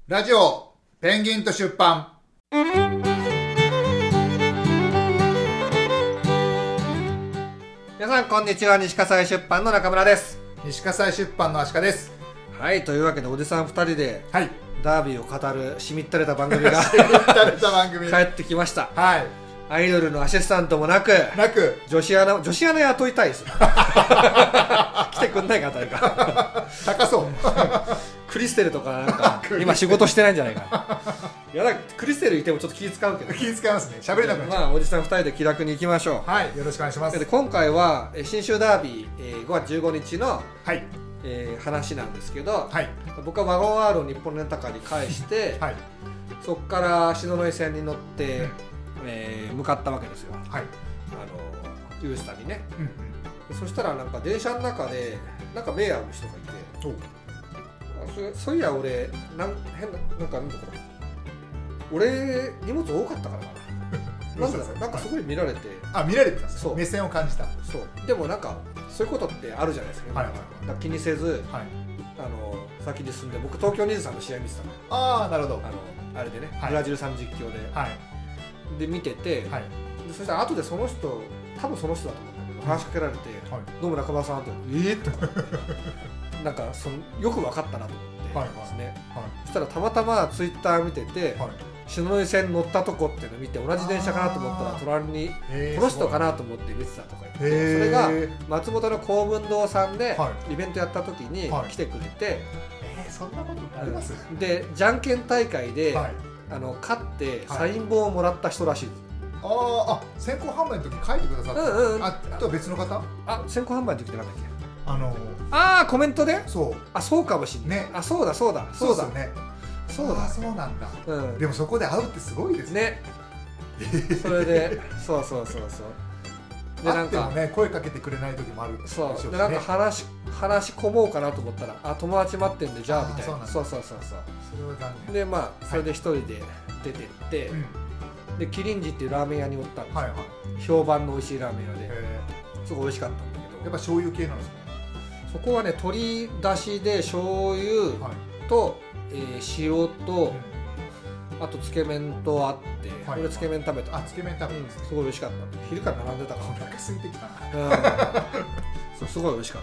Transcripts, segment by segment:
ラジオペンギンと出版。 皆さんこんにちは。西葛西出版の中村です。 西葛西出版の足利です。 はい、というわけでおじさん2人ではい、 ダービーを語るしみったれた番組がしみったれた番組帰ってきました。 はい、 アイドルのアシスタントもなく女子アナ雇いたいです来てくんないか誰か高そうクリステルとかなんか今仕事してないんじゃないかいやだクリステルいてもちょっと気使うけど気使いますね。喋れなくなっちゃう。 まあおじさん2人で気楽に行きましょう。 はい、よろしくお願いします。 で今回は新州ダービー5月15日のはい、 話なんですけど、 はい、 僕はワゴン R を日本レンタカーに返してはい、 そこから篠ノ井線に乗って、向かったわけですよ。 はい、 ユースタにね、 うん、 そしたらなんか電車の中でなんか目合う人がいて、そういや俺なんだ俺荷物多かったからかななんだろう、なんかすごい見られて、 見られてたんです。 そう目線を感じた。 そうでもなんかそういうことってあるじゃないですか、 はいはいはい、 だから気にせず、 はい、 先に進んで、僕東京23の試合見てたの。 なるほど。 あれでね、 はい、 ブラジルさん実況で、 はい、 で見てて、 はい、 でそしたら後でその人多分その人だと思うんだけど、話しかけられて、 はい、 どうも中村さんってとかなんかよく分かったなと思ってですね、はいはい、そしたらたまたまツイッター見てて、はい、篠ノ井線乗ったとこっていうのを見て、同じ電車かなと思ったら隣にこの人かなと思って見てたとか言って、それが松本の公文堂さんでイベントやった時に来てくれて、 そんなことあります？ でじゃんけん大会で、はい、勝ってサイン本をもらった人らしいです。 先行販売の時書いてくださった、あとは別の方？ 先行販売の時ってなんだっけ？コメントで？そうかもしんないね。そうだそうですよね。そうなんだ、でもそこで会うってすごいですね。 それでそうでなんかね、声かけてくれない時もあるでしょうしね。 でなんか話込もうかなと思ったら、友達待ってんでじゃあみたいな。そうそれは残念で、まあそれで一人で出てって、でキリンジっていうラーメン屋におったんですよ。評判の美味しいラーメン屋ですごい美味しかったんだけど、 やっぱ醤油系なんですか？ そこはね、鶏だしで醤油と、塩と、あとつけ麺とあって、これつけ麺食べた。 つけ麺食べたんですね。 すごい美味しかった。昼から並んでたからお腹空いてきたな。 すごい美味しかった。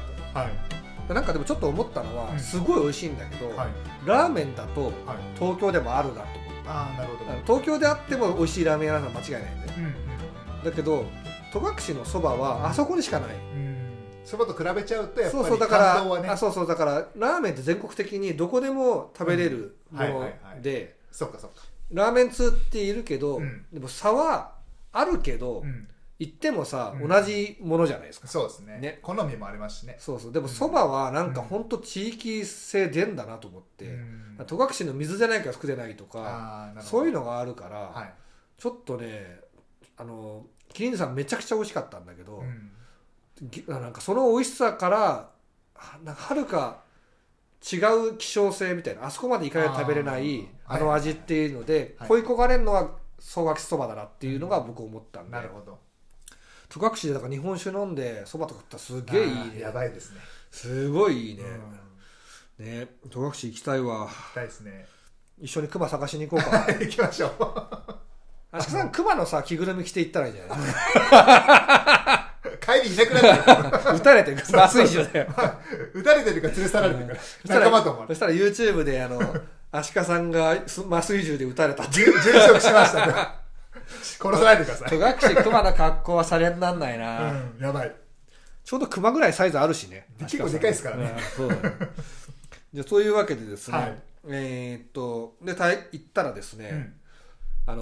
なんかでもちょっと思ったのは、すごい美味しいんだけど、ラーメンだと東京でもあるなと思って。 なるほど。 東京であっても美味しいラーメン屋なのは間違いないんで、だけど戸隠のそばはあそこにしかない。 そばと比べちゃうとやっぱりだからラーメンって全国的にどこでも食べれるもので、ラーメン通っているけど、でも差はあるけど、言ってもさ、同じものじゃないですか。 そうですね。好みもありますしね。 でもそばはなんか本当地域性出んだなと思って、戸隠の水じゃないから福でないとか、そういうのがあるから、ちょっとね、キリンさんめちゃくちゃ美味しかったんだけど、なんかその美味しさからなんかはるか違う希少性みたいな、あそこまでいかないと食べれない味っていうので、恋焦がれるのは総垣そばだなっていうのが僕思ったんで。 なるほど。 戸隠でだから日本酒飲んでそばとか食ったらすげえいいね。 やばいですね。 すごいいいね。ね、戸隠行きたいわ。 行きたいですね。 一緒に熊探しに行こうか。 行きましょう。 足利さん熊のさ着ぐるみ着て行ったらいいんじゃない？ 帰りいなくなった撃たれてる麻酔銃だよ。 撃たれてるか連れ去られてるか仲間と思う。 そしたら YouTube で足利さんが麻酔銃で撃たれたって殉職しましたね。殺さないでください。 戸隠熊の格好はされになんないな。 やばい。 ちょうど熊ぐらいサイズあるしね。 結構でかいですからね。 じゃあそういうわけでですね、で行ったらですね、なん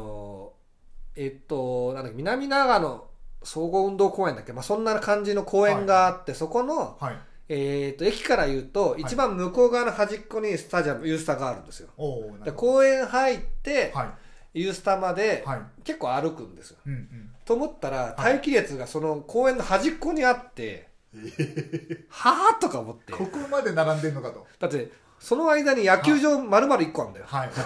だっけ、南長野総合運動公園だっけ、そんな感じの公園があって、そこの、駅から言うと一番向こう側の端っこにスタジアムユースタがあるんですよ。で公園入って、ユースタまで結構歩くんですよ。と思ったら待機列がその公園の端っこにあって、はぁとか思って、 ここまで並んでんのかと。 だってその間に野球場丸々1個あるんだよ。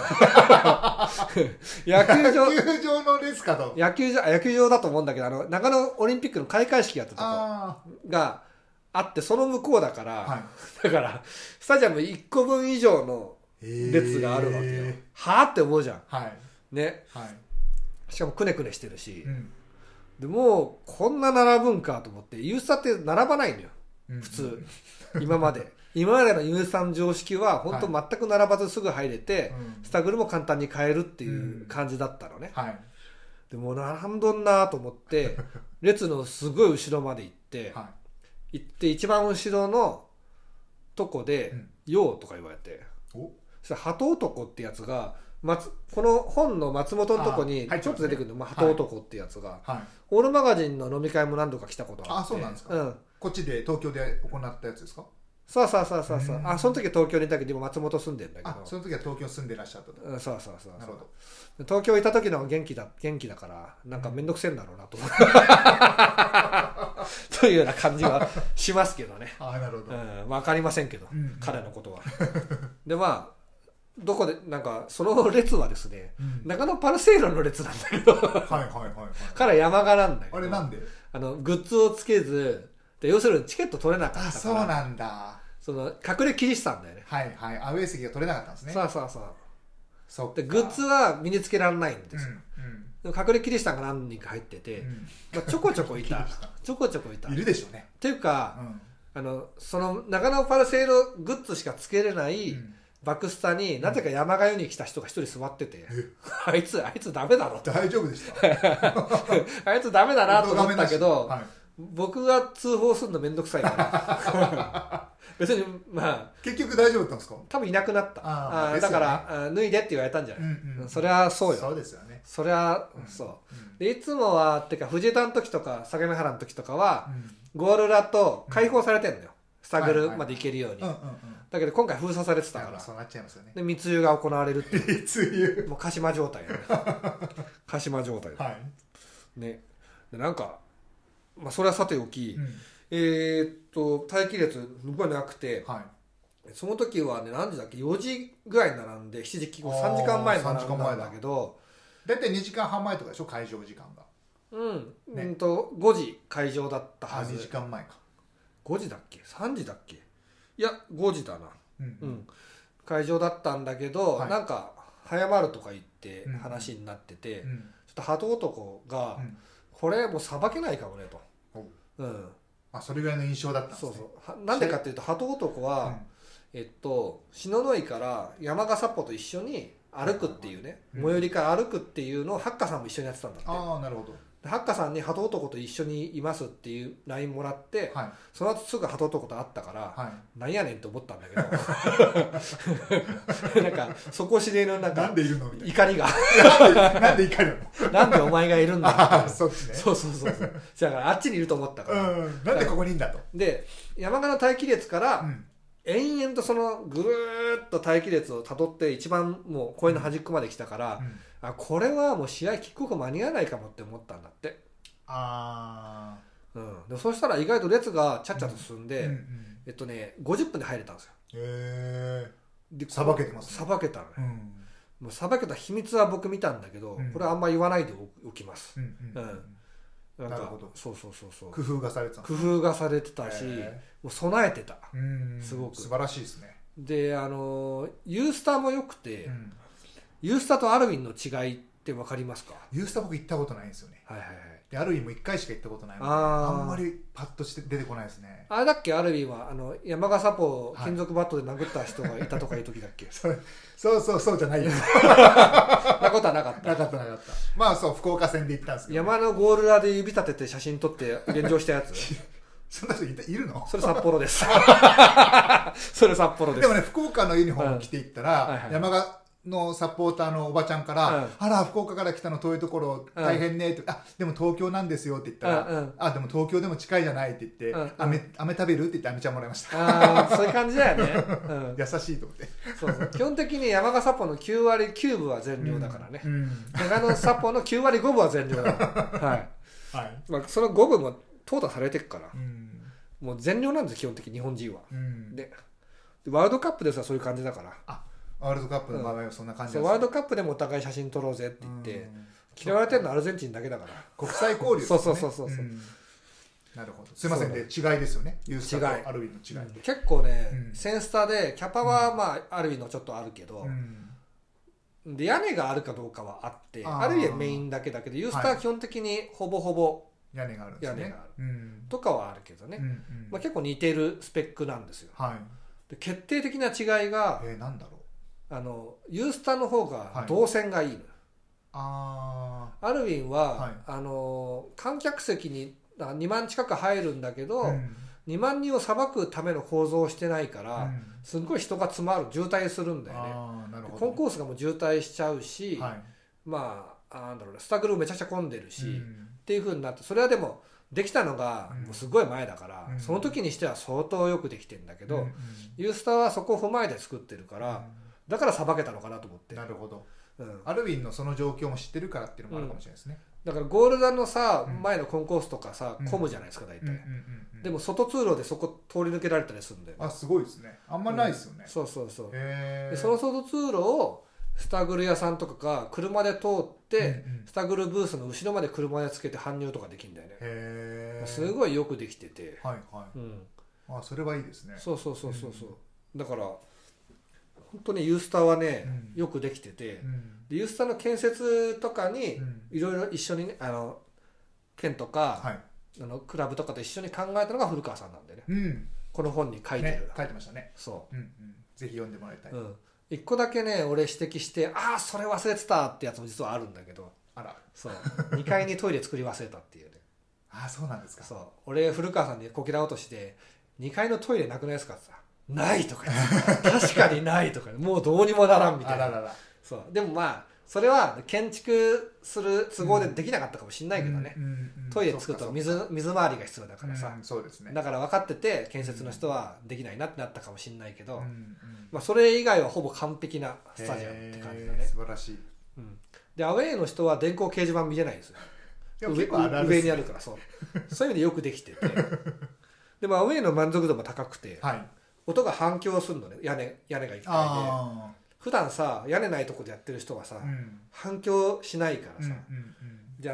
野球場のレースかと。 野球場だと思うんだけど、長野オリンピックの開会式やったとこがあって、その向こうだから、だからスタジアム1個分以上の列があるわけよ。はあって思うじゃん、ね、しかもくねくねしてるし、でもうこんな並ぶんかと思って、ユースタって並ばないのよ、普通。今までのユースタの常識は本当全く並ばずすぐ入れて、スタグルも簡単に買えるっていう感じだったのね。でも並んどんなと思って列のすごい後ろまで行って、一番後ろのとこで「よう」とか言われて、そしたら鳩男ってやつがこの本の松本のとこにちょっと出てくるの、鳩男ってやつがオールマガジンの飲み会も何度か来たことあって。 そうなんですか。こっちで東京で行ったやつですか。 そう。その時は東京にいたけど今松本住んでるんだけど。 その時は東京住んでらっしゃったと。 そう。なるほど。東京いた時の方が元気だからなんか面倒くせえんだろうなと思ってというような感じはしますけどね。 なるほど。 分かりませんけど、彼のことは。でどこでなんかその列はですね、中野パルセイロの列なんだけど、彼山鹿なんだけど、 あれなんでグッズをつけずで、要するにチケット取れなかったから。 そうなんだ。 隠れキリシタンだよね。 アウェー席が取れなかったんですね。 そうでグッズは身につけられないんですよ。でも隠れキリシタンが何人か入ってて、ちょこちょこいたいるでしょうね。 っていうか、その中野パルセイログッズしかつけれないバクスタになぜか山鹿湯に来た人が一人座ってて、あいつダメだろ。 大丈夫でしたあいつダメだなと思ったけど、僕が通報するのめんどくさいから別に結局大丈夫だったんですか。 多分いなくなった。だから脱いでって言われたんじゃない。それはそうよ。 そうですよね。 それはそうで、いつもはってか藤枝の時とか相模原の時とかはゴール裏と開放されてんのよ、スタグルまで行けるように。だけど今回封鎖されてたから、 そうなっちゃいますよね。 で密輸が行われるっていう密輸もう鹿島状態鹿島状態ね。でなんかそれはさておき、待機列すごい長くて、その時はね何時だっけ、4時ぐらいに並んで7時3時間前に並んだんだけど、 大体2時間半前とかでしょ、会場時間が。 5時会場だったはず。 2時間前か。 5時だっけ3時だっけ、いや5時だな。会場だったんだけど、なんか早まるとか言って話になってて、ちょっと鳩男がこれもうさばけないかもねと。 それぐらいの印象だったんですね。 なんでかっていうと鳩男は篠ノ井から山笠っぽと一緒に歩くっていうね、最寄りから歩くっていうのをハッカさんも一緒にやってたんだって。 なるほど。 ハッカさんに鳩男と一緒にいますっていう LINE もらって、その後すぐ鳩男と会ったから、なんやねんと思ったんだけどなんか底知れのなんでいるのみたいな怒りがなんで怒りなのなんでお前がいるんだみたいな。 そうだからあっちにいると思ったから、 なんでここにいんだと。 で山鹿の待機列から、延々とそのぐーっと待機列をたどって一番もう公園の端っこまで来たから、これはもう試合キックオフ間に合わないかもって思ったんだって。でそしたら意外と列がちゃっちゃと進んで、50分で入れたんですよ。 でさばけてますね。 さばけたのね。もうさばけた秘密は僕見たんだけど、これはあんま言わないでおきます。 なるほど。 そう工夫がされてた。 工夫がされてたし、もう備えてた。すごく素晴らしいですね。 でユースターも良くて、ユースターとアルウィンの違いって分かりますか。 ユースター僕行ったことないんですよね。でアルウィンも1回しか行ったことないので、あんまりパッとして出てこないですね。 あれだっけ、アルウィンは山笠ポを金属バットで殴った人がいたとかいう時だっけ。 そうじゃないよ。 なことはなかった。 なかった。福岡戦で行ったんですけど、 山のゴール裏で指立てて写真撮って現状したやつそんな人いるの。 それ札幌ですそれ札幌です。 でもね、福岡のユニフォーム着ていったら、山鹿のサポーターのおばちゃんから「あら福岡から来たの遠いところ大変ね」って「あでも東京なんですよ」って言ったら「あでも東京でも近いじゃない」って言って「飴食べる?」って言って飴ちゃんもらいました。 そういう感じだよね。 優しいと思って。 そう基本的に山鹿サポの9割9分は全量だからね。長野サポの9割5分は全量だから。その5分も淘汰されてるから、もう全量なんです基本的に日本人は。でワールドカップでさそういう感じだから。 ワールドカップの場合はそんな感じです。 ワールドカップでもお互い写真撮ろうぜって言って、嫌われてるのはアルゼンチンだけだから。 国際交流。 そう。 なるほど。すいませんね、違いですよね、ユースターとアルウィンの違い、 結構ね、センスタでキャパはまあアルウィンのちょっとあるけど、で屋根があるかどうかはあって、アルウィンはメインだけだけどユースターは基本的にほぼほぼ屋根があるんですね。 屋根がある、とかはあるけどね、まあ、結構似てるスペックなんですよ。で決定的な違いが、 なんだろう、ユースターの方が動線がいいのよ。アルウィンは、観客席に2万近く入るんだけど、2万人をさばくための構造をしてないから、すごい人が詰まる、渋滞するんだよね。コンコースがもう渋滞しちゃうし、まあなんだろうね、スタグルめちゃくちゃ混んでるし、っていう風になって、それはでもできたのがもうすごい前だから、その時にしては相当よくできてるんだけど、ユースターはそこを踏まえて作ってるから、だからさばけたのかなと思って。 なるほど。アルウィンのその状況も知ってるからっていうのもあるかもしれないですね。 だからゴールダのさ、前のコンコースとかさ、混むじゃないですか大体。でも外通路でそこ通り抜けられたりするんだよね。 すごいですね。あんまないですよね。 そうそうそう。でその外通路をスタグル屋さんとかが車で通って、スタグルブースの後ろまで車でつけて搬入とかできるんだよね。すごいよくできてて。それはいいですね。 そうそうそうそうそう。だから本当にユースターはね、よくできてて、でユースターの建設とかにいろいろ一緒にね、県とか、クラブとかと一緒に考えたのが古川さんなんでね、この本に書いてる、 書いてましたね。そう、ぜひ読んでもらいたい。 一個だけね俺指摘して、それ忘れてたってやつも実はあるんだけど、そう2階にトイレ作り忘れたっていうね。 そうなんですか。 そう、俺古川さんにこきら落として2階のトイレなくないですかってさ、ないとか確かにないとか、もうどうにもならんみたいな。そうでもまあそれは建築する都合でできなかったかもしれないけどね、トイレ作ると水回りが必要だからさ、だから分かってて建設の人はできないなってなったかもしれないけど、まあそれ以外はほぼ完璧なスタジアムって感じだね。 素晴らしい。 でアウェーの人は電光掲示板見れないんですよ。上にあるから、そういう意味でよくできててでもアウェーの満足度も高くて、音が反響するのね、屋根がいっぱいで。普段さ屋根ないとこでやってる人はさ、反響しないからさ、で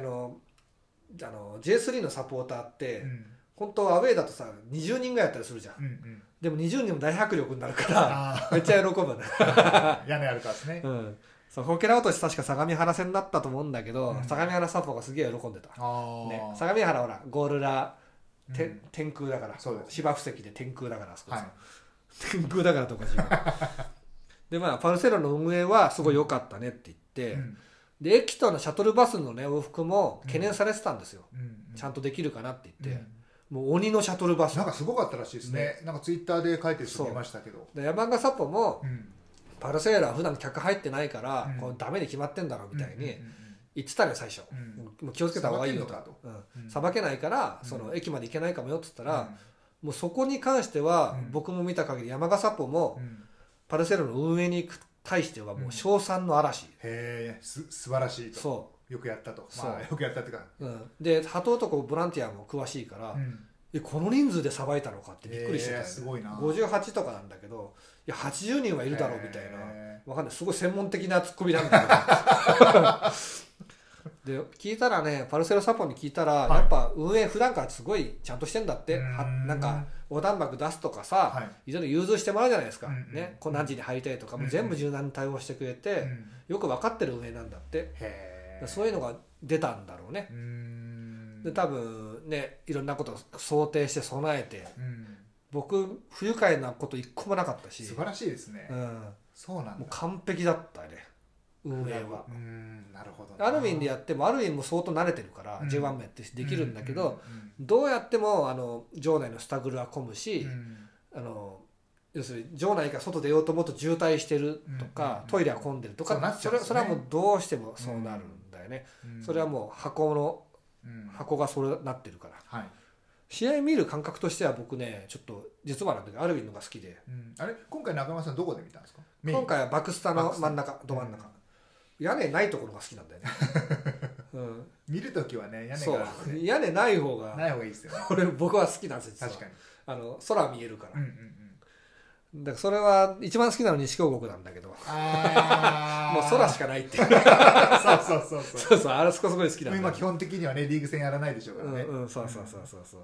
J3 のサポーターって、本当アウェーだとさ20人ぐらいやったりするじゃん、でも20人も大迫力になるからめっちゃ喜ぶね屋根あるからですね。 そうこけら落とし確か相模原戦だったと思うんだけど、相模原サポがすげえ喜んでた、ね、相模原ほらゴールラ天空だから、芝生席で天空だから、天空だからとか違うでまあパルセロの運営はすごい良かったねって言って、で駅とのシャトルバスのね往復も懸念されてたんですよ、ちゃんとできるかなって言って、もう鬼のシャトルバスなんかすごかったらしいですね。なんかツイッターで書いてる人見ましたけど、 で山笠サポも、パルセロは普段客入ってないから、これダメに決まってんだろうみたいに言ってたね最初、もう気をつけた方がいいよと、さばけないからその駅まで行けないかもよって言ったら、もうそこに関しては、僕も見た限り山笠サポも、パルセロの運営に対してはもう称賛の嵐、 素晴らしいと、そうよくやったと、よくやったっていうか、 で鳩男ボランティアも詳しいから、この人数でさばいたのかってびっくりしてた、 すごいな。 58とかなんだけど、いや80人はいるだろうみたいな、わかんない、すごい専門的なツッコミなんだけどで聞いたらね、パルセロサポに聞いたら、やっぱ運営普段からすごいちゃんとしてんだって、なんか横断幕出すとかさ、いろいろ融通してもらうじゃないですか、ね、こう何時に入りたいとかも全部柔軟に対応してくれて、よく分かってる運営なんだって、そういうのが出たんだろうね。で多分ね、いろんなことを想定して備えて、僕不愉快なこと一個もなかったし、 素晴らしいですね。そうなんだ、 もう完璧だったね運営は。 なるほど。 アルウィンでやってもアルウィンも相当慣れてるから、J1 もやってできるんだけど、どうやっても場内のスタグルは混むし、要するに場内から外出ようと思うと渋滞してるとか、トイレは混んでるとか、それはもうどうしてもそうなるんだよね。それはもう箱がそれなってるから、試合見る感覚としては僕ね、ちょっと実はなんだけどアルウィンのが好きで、 あれ今回中村さんどこで見たんですか？ 今回はバクスタの真ん中、ど真ん中、屋根ないところが好きなんだよね見るときはね、屋根がある、 屋根ない方がいいですよね僕は好きなんですよ。 確かに空見えるから、だからそれは一番好きなの西京極なんだけど、もう空しかないっていうそうあれそこすごい好きなんだ。 今基本的にはねリーグ戦やらないでしょうからね。 そう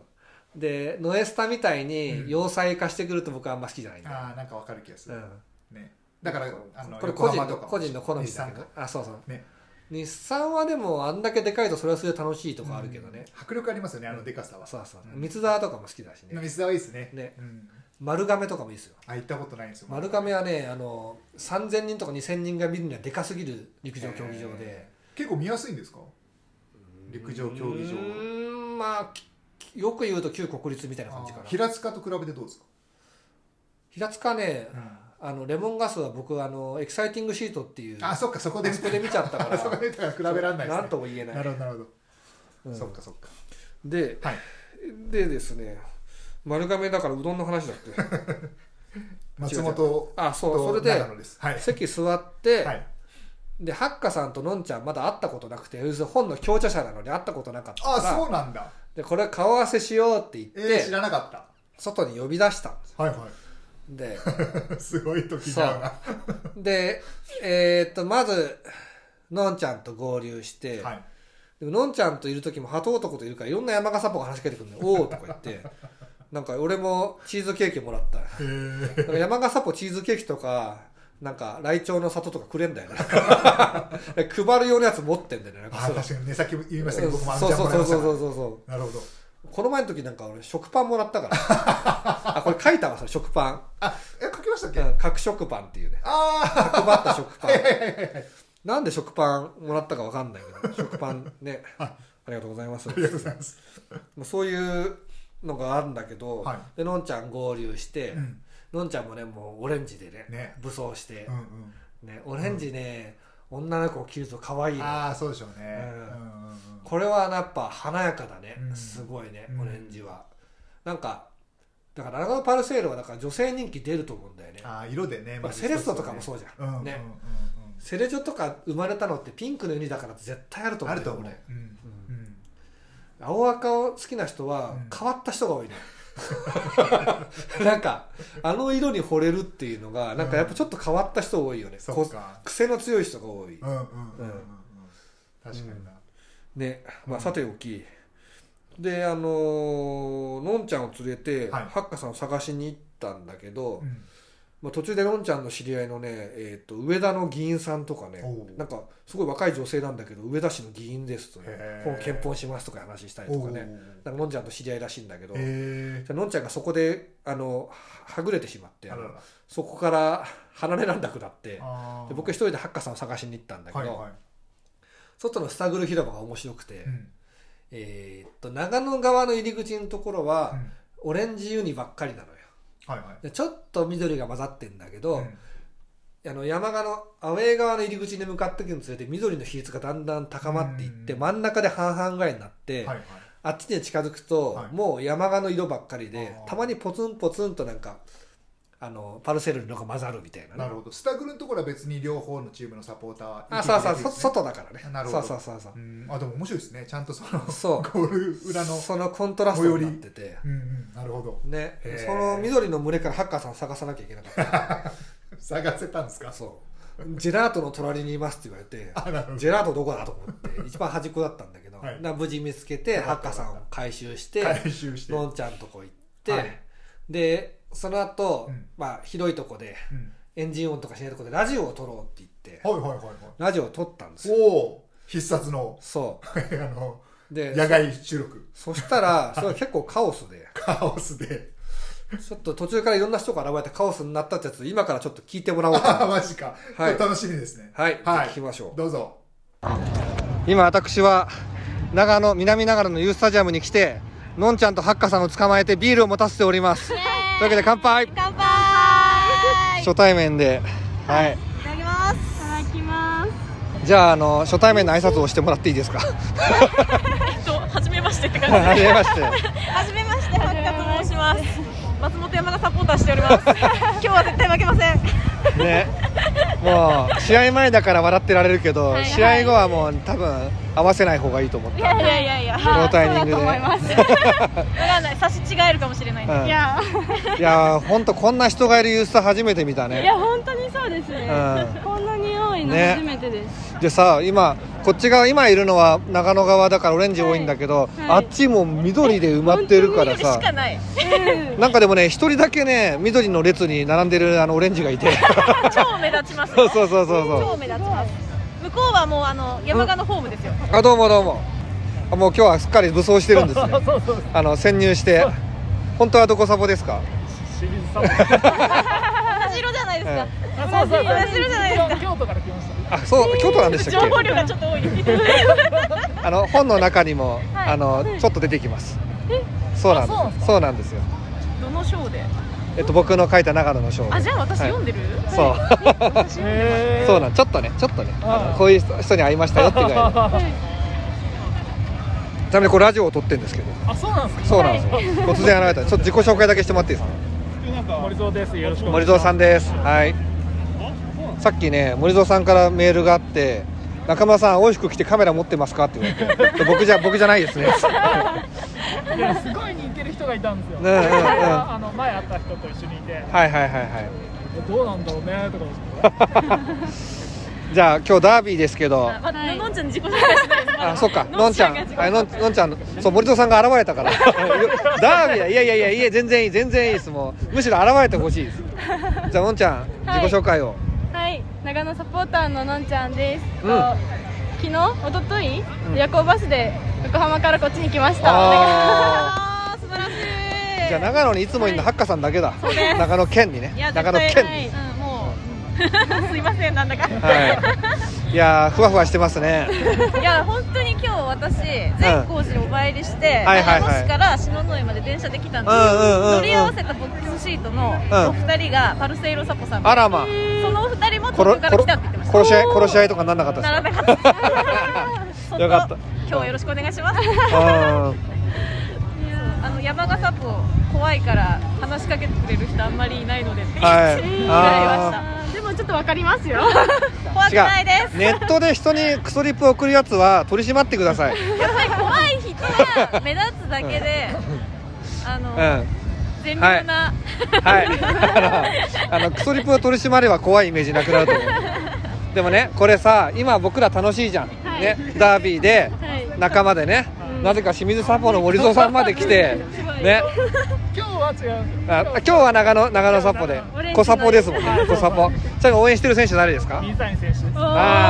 でノエスタみたいに要塞化してくると僕はあんま好きじゃないんだよ、 ああなんかわかる気がする、ね、だからこれ個人の好みだけど、あそうそう、ね、日産はでもあんだけでかいとそれはそれで楽しいとこあるけどね、 迫力ありますよね、あのでかさは。 そうそう、三沢とかも好きだしね。 三沢いいですね。 丸亀とかもいいですよ。 行ったことないんですよ。 丸亀はね、3000人とか2000人が見るにはでかすぎる陸上競技場で、 結構見やすいんですか、陸上競技場。 まあよく言うと旧国立みたいな感じかな。 平塚と比べてどうですか。 平塚ね、レモンガスは僕エキサイティングシートっていう、 あ、そっか、そこで見ちゃったからそこで見たから比べられないですね。 なんとも言えない。 なるほどなるほど、そっかそっか。 でですね、丸亀だからうどんの話だって松本、 それで席座って、でハッカさんとのんちゃんまだ会ったことなくて、本の強者者なのに会ったことなかったから、 あ、そうなんだ。 でこれ顔合わせしようって言って、 知らなかった。 外に呼び出したんです。 はいはい。ですごい時だな。 でまずのんちゃんと合流して、でものんちゃんといる時も鳩男といるからいろんな山笠っぽく話しかけてくるのよ。おーとか言ってなんか俺もチーズケーキもらった。なんか山笠っぽチーズケーキとかなんかライチョウの里とかくれんだよね配るようなやつ持ってんだよね。なんか確かにね、さっき言いましたけど、僕もあのジャンもらいましたから。そうなるほど。この前の時なんか俺食パンもらったからあ、これ書いたわ、それ食パン。 書きましたっけ。 角食パンっていうね、角張った食パンなんで食パンもらったか分かんないけど食パンね、ありがとうございます。 ありがとうございます。 そういうのがあるんだけど、でのんちゃん合流して、のんちゃんもねもうオレンジでね武装して、オレンジね、女の子を着ると可愛い。 ああ、そうでしょうね。 これはやっぱ華やかだね、すごいね、オレンジは。なんかだから長野パルセールはだから女性人気出ると思うんだよね。 ああ、色でね。 セレストとかもそうじゃん。ね。セレジョとか生まれたのってピンクのユニだから絶対あると思うんだよ。あると思う。青赤を好きな人は変わった人が多いね。なんかあの色に惚れるっていうのがなんかやっぱちょっと変わった人多いよね。癖の強い人が多い。確かにな。 ね、まあさておきでのんちゃんを連れてハッカさんを探しに行ったんだけど、まあ、途中でのんちゃんの知り合いのね、上田の議員さんとかね、なんかすごい若い女性なんだけど上田市の議員ですとね、本検討しますとか話したりとかね、なんかのんちゃんと知り合いらしいんだけど、じゃのんちゃんがそこではぐれてしまってそこから離れられなくなって、で僕一人でハッカさんを探しに行ったんだけど、外のスタグル広場が面白くて、長野側の入り口のところはオレンジユニばっかりなのよ。ちょっと緑が混ざってんだけど、山側のアウェー側の入り口に向かっていくにつれて緑の比率がだんだん高まっていって真ん中で半々ぐらいになって、あっちに近づくともう山側の色ばっかりで、たまにポツンポツンとなんかパルセルのが混ざるみたいな、 なるほど。スタグルのところは別に両方のチームのサポーター、 そう外だからね。 なるほど。 そうでも面白いですね。ちゃんとゴール裏のそのコントラストになってて、 なるほどね。その緑の群れからハッカーさん探さなきゃいけなかった探せたんですか。 ジェラートの隣にいますって言われてジェラートどこだと思って一番端っこだったんだけど、無事見つけてハッカーさんを回収してのんちゃんとこ行って、でその後、広いとこで、エンジン音とかしないとこでラジオを撮ろうって言って、ラジオを撮ったんですよ。 必殺ので野外収録。 そしたらそれは結構カオスでちょっと途中からいろんな人が現れてカオスになったってやつ今からちょっと聞いてもらおうかな。 マジか。楽しみですね。 聞きましょう。 どうぞ。 今私は南長野のユースタジアムに来てのんちゃんとハッカさんを捕まえてビールを持たせております。というわけで乾杯。初対面で、 いただきます。いただきます。 じゃあ初対面の挨拶をしてもらっていいですか。 初めましてって感じで。 初めまして。 初めまして、ハッカと申します。松本山がサポーターしております。今日は絶対負けません。 ね、もう試合前だから笑ってられるけど、試合後はもう多分合わせない方がいいと思った。 いやこのタイミングで。 そうだと思います。わかんない、差し違えるかもしれないんで。いや本当こんな人がいるユースタ初めて見たね。 いや本当にそうですね。こんなに多いの初めてです。 でさ、今こっち側今いるのは長野側だからオレンジ多いんだけど、あっちも緑で埋まってるからさ、なんかでもね一人だけね緑の列に並んでるオレンジがいて超目立ちますね。 そう超目立ちます。向こうはもう山鹿のホームですよ。 あ、どうももう今日はすっかり武装してるんですね潜入して。本当はどこサポですか？ 清水サポ同じ色じゃないですか。同じ色じゃないですか。京都から来ました。 あ、そう京都なんでしたっけ？ 情報量がちょっと多い本の中にもちょっと出てきます。そうなんですよ。 どの章で？ 僕の書いた長野の章。 あ、じゃあ私読んでる？ そうそうなん、ちょっとねこういう人に会いましたよってぐらい。ちなみにこれラジオを撮ってるんですけど。 あ、そうなんですか。 そうなんですよ。突然現れた。ちょっと自己紹介だけしてもらっていいですか？ 森蔵です。よろしくお願いします。 森蔵さんです。はい。さっきね森蔵さんからメールがあって、中村さん青い服着てカメラ持ってますかって言われて、僕じゃないですね。 いや、すごい似てる人がいたんですよ。前会った人と一緒にいて。どうなんだろうねとか。 じゃあ今日ダービーですけど、 のんちゃん自己紹介しないですか？ あ、そっか、のんちゃん、そう森蔵さんが現れたからダービーはいや全然いいです。もうむしろ現れてほしいです。じゃあのんちゃん自己紹介を。 はい、長野サポーターののんちゃんです。昨日、おととい、夜行バスで横浜からこっちに来ました。 素晴らしい。 じゃあ長野にいつもいるのハッカさんだけだ。長野県にね。長野県に。 すいません、なんだか。 いやふわふわしてますね。 いや本当に今日私善光寺お参りして長野市から篠ノ井まで電車で来たんです。乗り合わせたボックスシートのお二人がパルセイロサポさんで、 あらま、 そのお二人も東京から来たって言ってました。 殺し合いとかなんなかったですか？ ならなかったよかった。今日はよろしくお願いします。山鹿サポ怖いから話しかけてくれる人あんまりいないのでって言われました。 でもちょっとわかりますよ。 怖くないです。 ネットで人にクソリップを送るやつは取り締まってください。 やっぱり怖い人が目立つだけで善良なクソリップを取り締まれば怖いイメージなくなると思う。でもねこれさ今僕ら楽しいじゃん、ね、ダービーで仲間でね、なぜか清水サポの森蔵さんまで来てね。 今日は違う。 今日は長野サポで小サポですもんね。小サポ。ちなみに応援してる選手誰ですか？ 水谷選手です。 そういうこと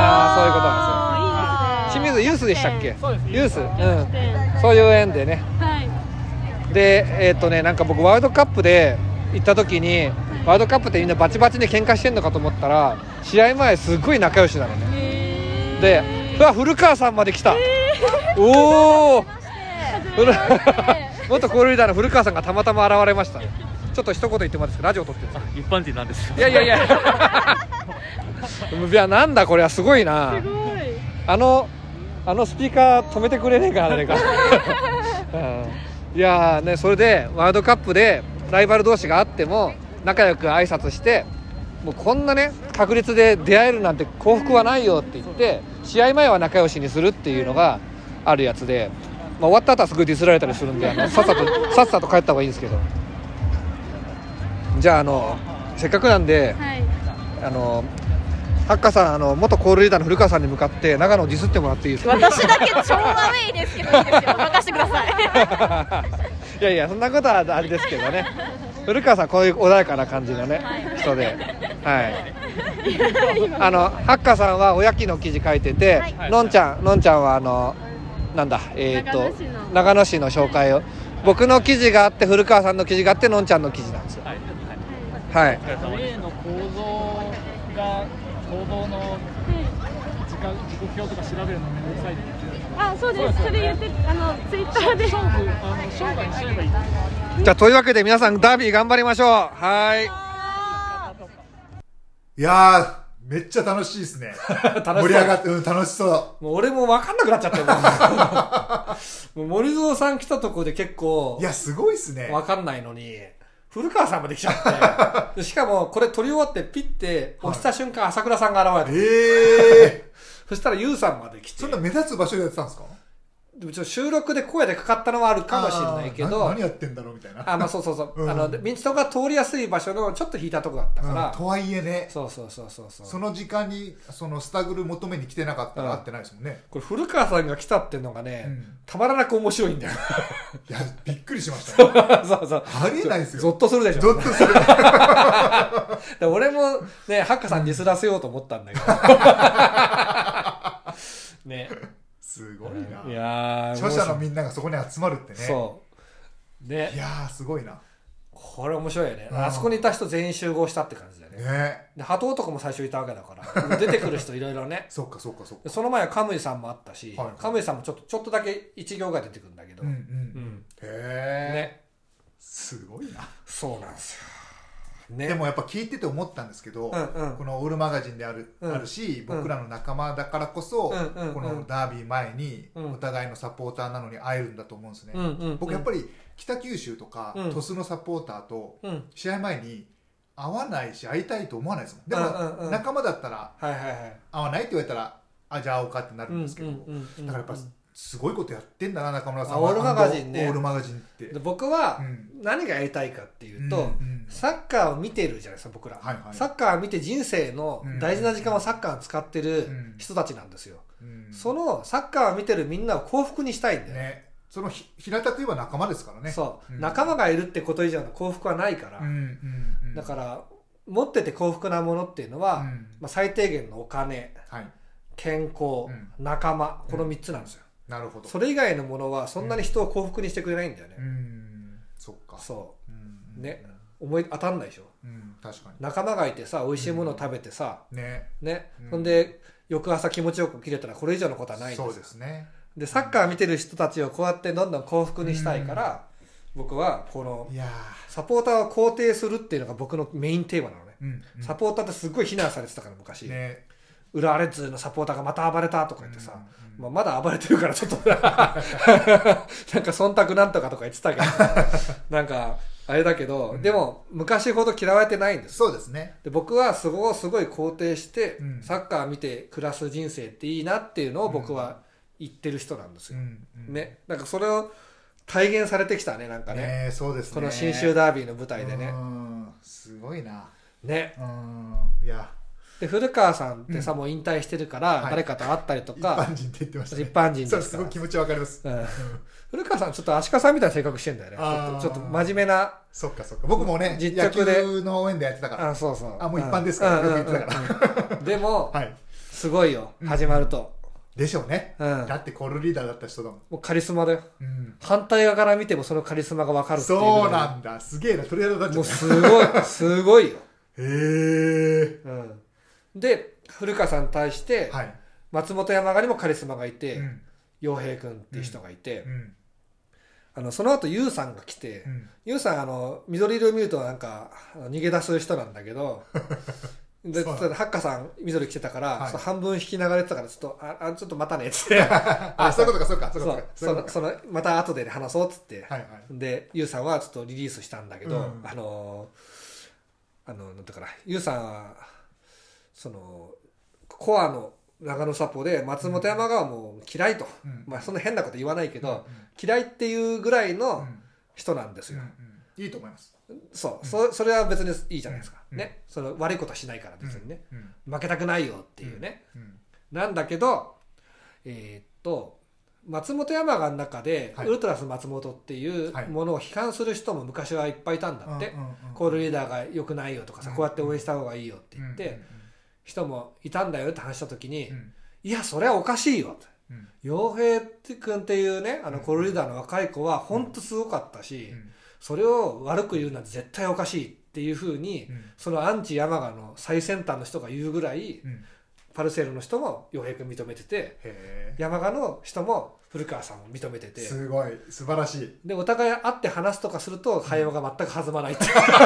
なんですよ。清水ユースでしたっけ？ユース。そういう縁でね。でなんか僕ワールドカップで行った時に、ワールドカップってみんなバチバチで喧嘩してんのかと思ったら試合前すごい仲良しなのね。で古川さんまで来た。おお。元コールリーダーの古川さんがたまたま現れました。ちょっと一言言ってもらってラジオ撮ってるんです。 一般人なんです。 いやなんだこれはすごいな。すごい。スピーカー止めてくれねえか誰か。いやね、それでワールドカップでライバル同士があっても仲良く挨拶して、もうこんなね確率で出会えるなんて幸福はないよって言って試合前は仲良しにするっていうのがあるやつで、終わった後はすごいディスられたりするんでさっさと帰った方がいいんですけど。じゃあせっかくなんで、ハッカさん元コールリーダーの古川さんに向かって長野をディスってもらっていいですか？ 私だけ超アウェイですけどいいですよ。任せてください。 いやそんなことはあれですけどね。古川さんこういう穏やかな感じのね、人で、ハッカさんはおやきの記事書いてて、のんちゃんはなんだ長野市の紹介を、僕の記事があって古川さんの記事があってのんちゃんの記事なんですよ。 例の構造が行動の時刻表とか調べるのめんどくさいって言ってる。 あ、そうです。それ言ってツイッターで生涯にしちゃえばいい。 じゃあというわけで皆さんダービー頑張りましょう。 いやーめっちゃ楽しいですね。盛り上がって、楽しそう。 もう俺も分かんなくなっちゃってる。もう森蔵さん来たとこで結構いやすごいっすね。 分かんないのに古川さんまで来ちゃってしかもこれ撮り終わってピッて押した瞬間、朝倉さんが現れて、そしたらユウさんまで来て、 そんな目立つ場所でやってたんですか？ 収録で声でかかったのはあるかもしれないけど、 何やってんだろうみたいな。 まあそうそうそう、道とか通りやすい場所のちょっと引いたとこだったから、 とはいえね、 そうそうそうそう、 その時間にそのスタグル求めに来てなかったら会ってないですもんね。 これ古川さんが来たっていうのがね、たまらなく面白いんだよ。 いやびっくりしましたね。 そうそう、 ありえないですよ。 ゾッとするでしょ。 ゾッとする。 俺もね、ハッカさんにディスらせようと思ったんだけど。ね。 すごいな。 いや著者のみんながそこに集まるってね。 そう。ね。 いやすごいな。 これ面白いよね。あそこにいた人全員集合したって感じだよね。で、鳩男も最初いたわけだから、出てくる人いろいろね。 そっかそっかそっか。 その前はカムイさんもあったし、カムイさんもちょっとだけ一行が出てくるんだけど。へえ。 ね。 すごいな。 そうなんですよ。 ね、でもやっぱ聞いてて思ったんですけど、このオールマガジンであるし、僕らの仲間だからこそ、このダービー前にお互いのサポーターなのに会えるんだと思うんですね。僕やっぱり北九州とか鳥栖のサポーターと試合前に会わないし会いたいと思わないですもん。でも仲間だったら会わないって言われたらじゃあ会おうかってなるんですけど、だからやっぱすごいことやってんだな中村さんは。 オールマガジンね。 オールマガジンって僕は何がやりたいかっていうと、サッカーを見てるじゃないですか僕ら、サッカーを見て人生の大事な時間をサッカーを使ってる人たちなんですよ。そのサッカーを見てるみんなを幸福にしたいんだよね。 その平たく言えば仲間ですからね。 そう、仲間がいるってこと以上の幸福はないから、だから持ってて幸福なものっていうのは、最低限のお金、健康、仲間、この3つなんですよ。 なるほど。 それ以外のものはそんなに人を幸福にしてくれないんだよね。 そっか。 そうね、思い当たんないでしょ。 確かに。 仲間がいてさ、美味しいものを食べてさ、 ね、 ほんで翌朝気持ちよく切れたらこれ以上のことはないんですよ。 そうですね。 でサッカー見てる人たちをこうやってどんどん幸福にしたいから、僕はこのサポーターを肯定するっていうのが僕のメインテーマなのね。サポーターってすごい非難されてたから昔。浦和レッズのサポーターがまた暴れたとか言ってさ、まだ暴れてるからちょっとなんか忖度なんとかとか言ってたけどなんかあれだけど、でも昔ほど嫌われてないんです。 そうですね。 で僕はすごい肯定して、サッカー見て暮らす人生っていいなっていうのを僕は言ってる人なんですよ。ね、なんかそれを体現されてきたね、なんかね。 そうですね。 この信州ダービーの舞台でね。 すごいな。 ね。 いや。 で古川さんってさ、もう引退してるから誰かと会ったりとか、 一般人って言ってましたね。 一般人ですから。 すごい気持ちわかります。 古川さんちょっと足利さんみたいな性格してんだよね。ちょっと真面目な。 そっかそっか。僕もね、野球の応援でやってたから。 そうそう。 もう一般ですから、よく言ってたから。 でもすごいよ、始まると。 でしょうね。だってコールリーダーだった人だもん。 もうカリスマだよ。反対側から見てもそのカリスマがわかるっていう。 そうなんだ。すげえな。鳥肌立っちゃった。 もうすごいよ。 へえ。 で古川さんに対して松本山雅にもカリスマがいて、陽平君っていう人がいて、その後優さんが来て、優さん緑色を見るとなんか逃げ出す人なんだけどでハッカさん緑着てたから、半分引き流れてたからちょっとまたねっつってそういうことかそうかまた後で話そうっつって、で優さんはちょっとリリースしたんだけど、なんだから優さんはそのコアの長野サポで松本山がもう嫌いと、そんな変なこと言わないけど、嫌いっていうぐらいの人なんですよ。 いいと思います。 それは別にいいじゃないですか、ね、その悪いことはしないから別にね、負けたくないよっていうね、なんだけど松本山雅の中でウルトラス松本っていうものを批判する人も昔はいっぱいいたんだって。コールリーダーが良くないよとかさ、こうやって応援した方がいいよって言って人もいたんだよって話した時に、いやそれはおかしいよと、陽平君っていうねコールリーダーの若い子は本当すごかったし、それを悪く言うなんて絶対おかしいっていうふうに、そのアンチ山雅の最先端の人が言うぐらい、パルセールの人も陽平君認めてて、山雅の人も古川さんを認めてて、 すごい素晴らしい。 でお互い会って話すとかすると会話が全く弾まないって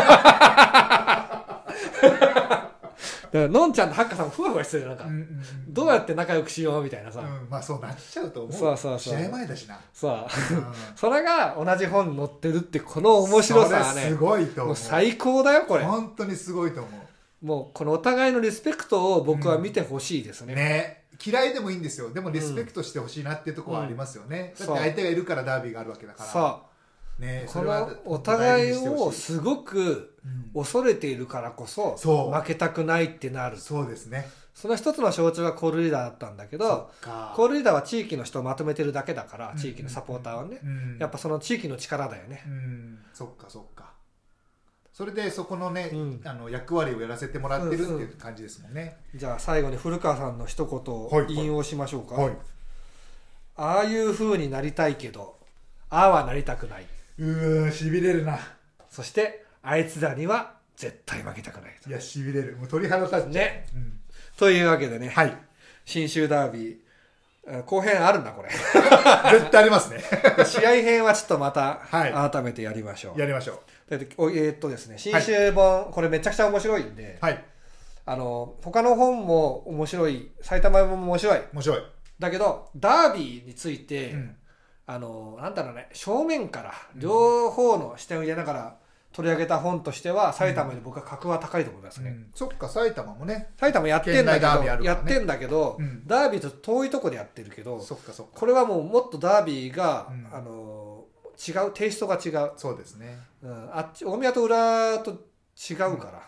だからのんちゃんとハッカさんもふわふわしてる、なんか、どうやって仲良くしようみたいなさ、 そうなっちゃうと思う。 そう試合前だしな。 それが同じ本に載ってるってこの面白さはね、 すごいと思う。 もう最高だよこれ。 本当にすごいと思う。 もうこのお互いのリスペクトを僕は見てほしいですね。 ね、嫌いでもいいんですよ。でもリスペクトしてほしいなっていうところはありますよね。だって相手がいるからダービーがあるわけだから。 そうね、このお互いをすごく恐れているからこそ負けたくないってなる。 そうですね。 その一つの象徴がコールリーダーだったんだけど、コールリーダーは地域の人をまとめてるだけだから、地域のサポーターはね、やっぱその地域の力だよね。 そっかそっか。それでそこのね、役割をやらせてもらってるっていう感じですもんね。 じゃあ最後に古川さんの一言を引用しましょうか。ああいう風になりたいけど、ああはなりたくない。 しびれるな。 そしてあいつらには絶対負けたくない。 いや、しびれる。もう鳥肌立っちゃうね。というわけでね、信州ダービー後編あるんだこれ。 絶対ありますね。 試合編はちょっとまた改めてやりましょう。 やりましょう。 ですね、信州本、これめちゃくちゃ面白いんで、他の本も面白い、埼玉本も面白い。 面白い。 だけどダービーについて、なんだろうね、正面から両方の視点を入れながら取り上げた本としては埼玉より僕は格は高いと思いますね。 そっか、埼玉もね、 埼玉やってんだけど、ダービーと遠いとこでやってるけど、これはもうもっとダービーが、違う、テイストが違う。 そうですね。 大宮と浦と違うから、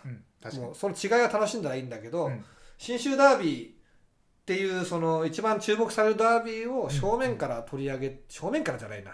もうその違いが楽しんだらいいんだけど、信州ダービーっていうその一番注目されるダービーを正面から取り上げ、正面からじゃないな、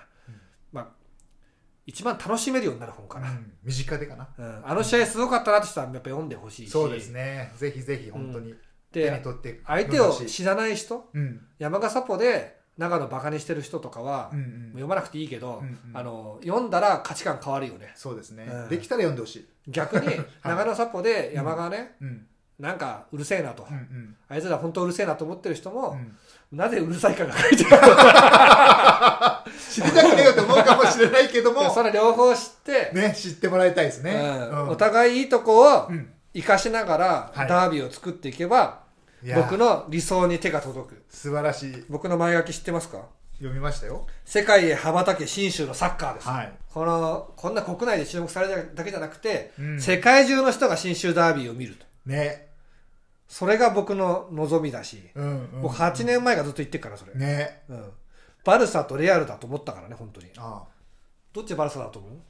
一番楽しめるようになる本かな。 身近でかな。 あの試合すごかったなって人はやっぱ読んでほしいし。 そうですね。ぜひぜひ本当に手に取って。相手を知らない人、山賀サポで長野バカにしてる人とかは読まなくていいけど、読んだら価値観変わるよね。 そうですね。できたら読んでほしい。 逆に長野サポで山賀ね、なんかうるせえなと、あいつら本当うるせえなと思ってる人も、なぜうるさいかが書いてある。 知りたくねえよと思うかもしれないけども、 それ両方知ってね、知ってもらいたいですね。 お互いいいとこを生かしながらダービーを作っていけば、僕の理想に手が届く。 素晴らしい。 僕の前書き知ってますか？ 読みましたよ。 世界へ羽ばたけ信州のサッカーです。こんな国内で注目されるだけじゃなくて、世界中の人が信州ダービーを見ると。ね。それが僕の望みだし、僕8年前がずっと言ってるからそれ。ね。バルサとレアルだと思ったからね、本当に。どっちバルサだと思う？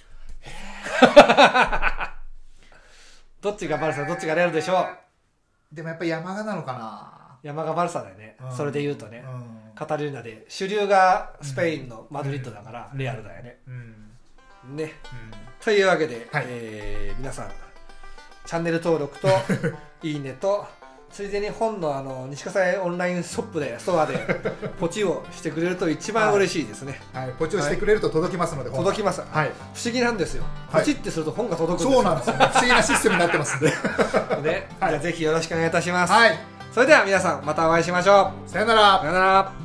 どっちがバルサ、どっちがレアルでしょう？ でもやっぱ山賀なのかな。 山賀バルサだよね。それで言うとね。カタルーナで主流がスペインのマドリッドだからレアルだよね。ね。というわけで、皆さんチャンネル登録といいねと、ついでに本の西葛西オンラインショップでストアでポチをしてくれると一番嬉しいですね。 ポチをしてくれると届きますので。 届きます。不思議なんですよ。ポチってすると本が届くんですよ。 そうなんですよね。不思議なシステムになってますんで。 じゃあぜひよろしくお願いいたします。それでは皆さんまたお会いしましょう。 さよなら。 さよなら。